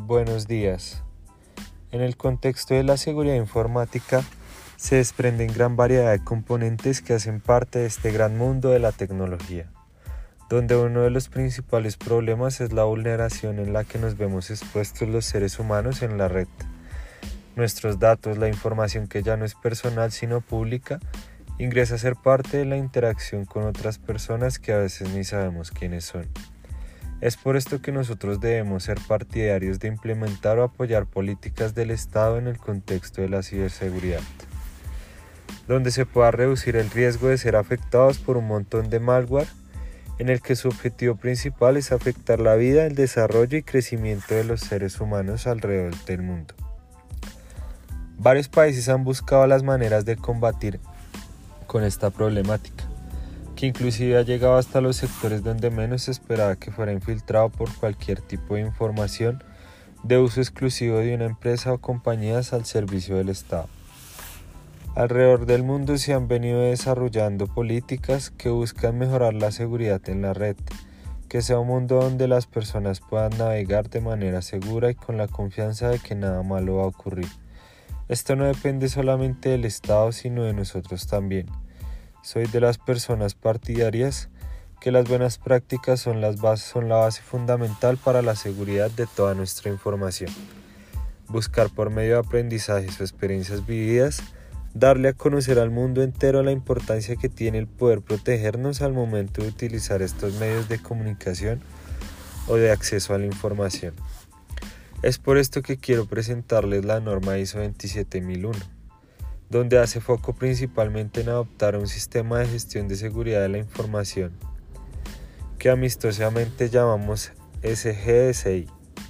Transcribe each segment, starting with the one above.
Buenos días. En el contexto de la seguridad informática, se desprenden gran variedad de componentes que hacen parte de este gran mundo de la tecnología, donde uno de los principales problemas es la vulneración en la que nos vemos expuestos los seres humanos en la red. Nuestros datos, la información que ya no es personal sino pública, ingresa a ser parte de la interacción con otras personas que a veces ni sabemos quiénes son. Es por esto que nosotros debemos ser partidarios de implementar o apoyar políticas del Estado en el contexto de la ciberseguridad, donde se pueda reducir el riesgo de ser afectados por un montón de malware, en el que su objetivo principal es afectar la vida, el desarrollo y crecimiento de los seres humanos alrededor del mundo. Varios países han buscado las maneras de combatir con esta problemática, que inclusive ha llegado hasta los sectores donde menos se esperaba que fuera infiltrado por cualquier tipo de información de uso exclusivo de una empresa o compañías al servicio del Estado. Alrededor del mundo se han venido desarrollando políticas que buscan mejorar la seguridad en la red, que sea un mundo donde las personas puedan navegar de manera segura y con la confianza de que nada malo va a ocurrir. Esto no depende solamente del Estado, sino de nosotros también. Soy de las personas partidarias que las buenas prácticas son la base fundamental para la seguridad de toda nuestra información. Buscar por medio de aprendizajes o experiencias vividas, darle a conocer al mundo entero la importancia que tiene el poder protegernos al momento de utilizar estos medios de comunicación o de acceso a la información. Es por esto que quiero presentarles la norma ISO 27001. Donde hace foco principalmente en adoptar un sistema de gestión de seguridad de la información, que amistosamente llamamos SGSI.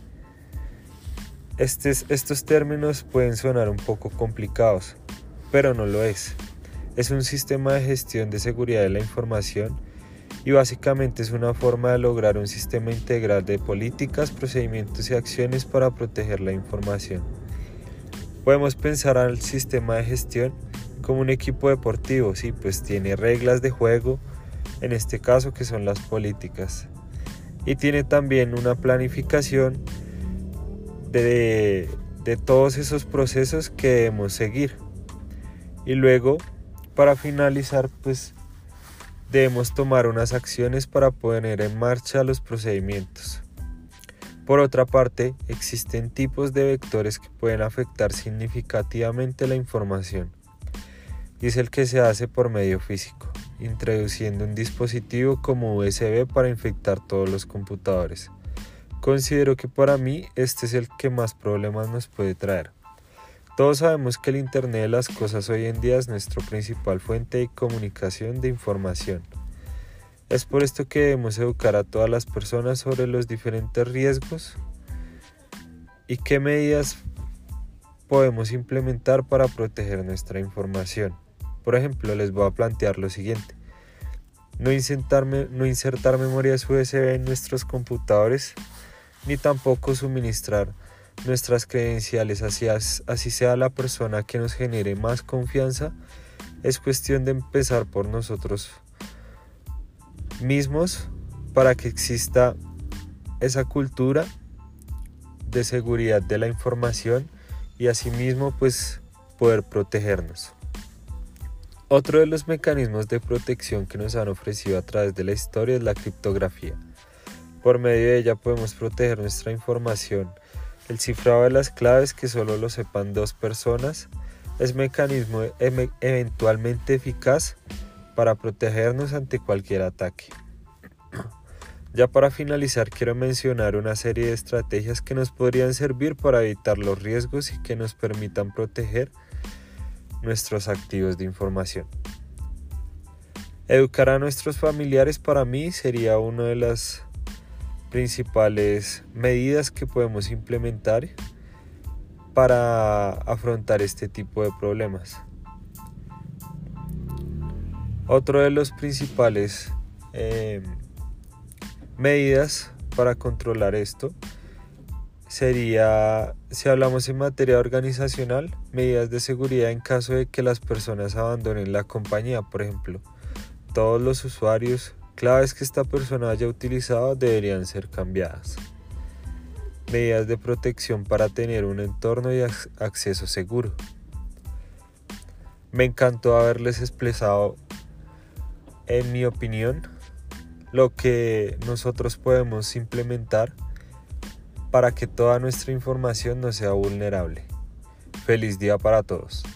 Estos términos pueden sonar un poco complicados, pero no lo es. Es un sistema de gestión de seguridad de la información y básicamente es una forma de lograr un sistema integral de políticas, procedimientos y acciones para proteger la información. Podemos pensar al sistema de gestión como un equipo deportivo, sí, pues tiene reglas de juego, en este caso que son las políticas, y tiene también una planificación de todos esos procesos que debemos seguir. Y luego, para finalizar, pues debemos tomar unas acciones para poner en marcha los procedimientos. Por otra parte, existen tipos de vectores que pueden afectar significativamente la información, y es el que se hace por medio físico, introduciendo un dispositivo como USB para infectar todos los computadores. Considero que para mí este es el que más problemas nos puede traer. Todos sabemos que el Internet de las cosas hoy en día es nuestra principal fuente de comunicación de información. Es por esto que debemos educar a todas las personas sobre los diferentes riesgos y qué medidas podemos implementar para proteger nuestra información. Por ejemplo, les voy a plantear lo siguiente: no insertar memorias USB en nuestros computadores, ni tampoco suministrar nuestras credenciales así sea la persona que nos genere más confianza. Es cuestión de empezar por nosotros mismos para que exista esa cultura de seguridad de la información y asimismo pues poder protegernos. Otro de los mecanismos de protección que nos han ofrecido a través de la historia es la criptografía. Por medio de ella podemos proteger nuestra información. El cifrado de las claves, que solo lo sepan 2 personas, es mecanismo eventualmente eficaz para protegernos ante cualquier ataque. Ya para finalizar, quiero mencionar una serie de estrategias que nos podrían servir para evitar los riesgos y que nos permitan proteger nuestros activos de información. Educar a nuestros familiares para mí sería una de las principales medidas que podemos implementar para afrontar este tipo de problemas. Otro de los principales medidas para controlar esto sería, si hablamos en materia organizacional, medidas de seguridad en caso de que las personas abandonen la compañía. Por ejemplo, todos los usuarios, claves que esta persona haya utilizado deberían ser cambiadas. medidas de protección para tener un entorno y acceso seguro. Me encantó haberles expresado, en mi opinión, lo que nosotros podemos implementar para que toda nuestra información no sea vulnerable. Feliz día para todos.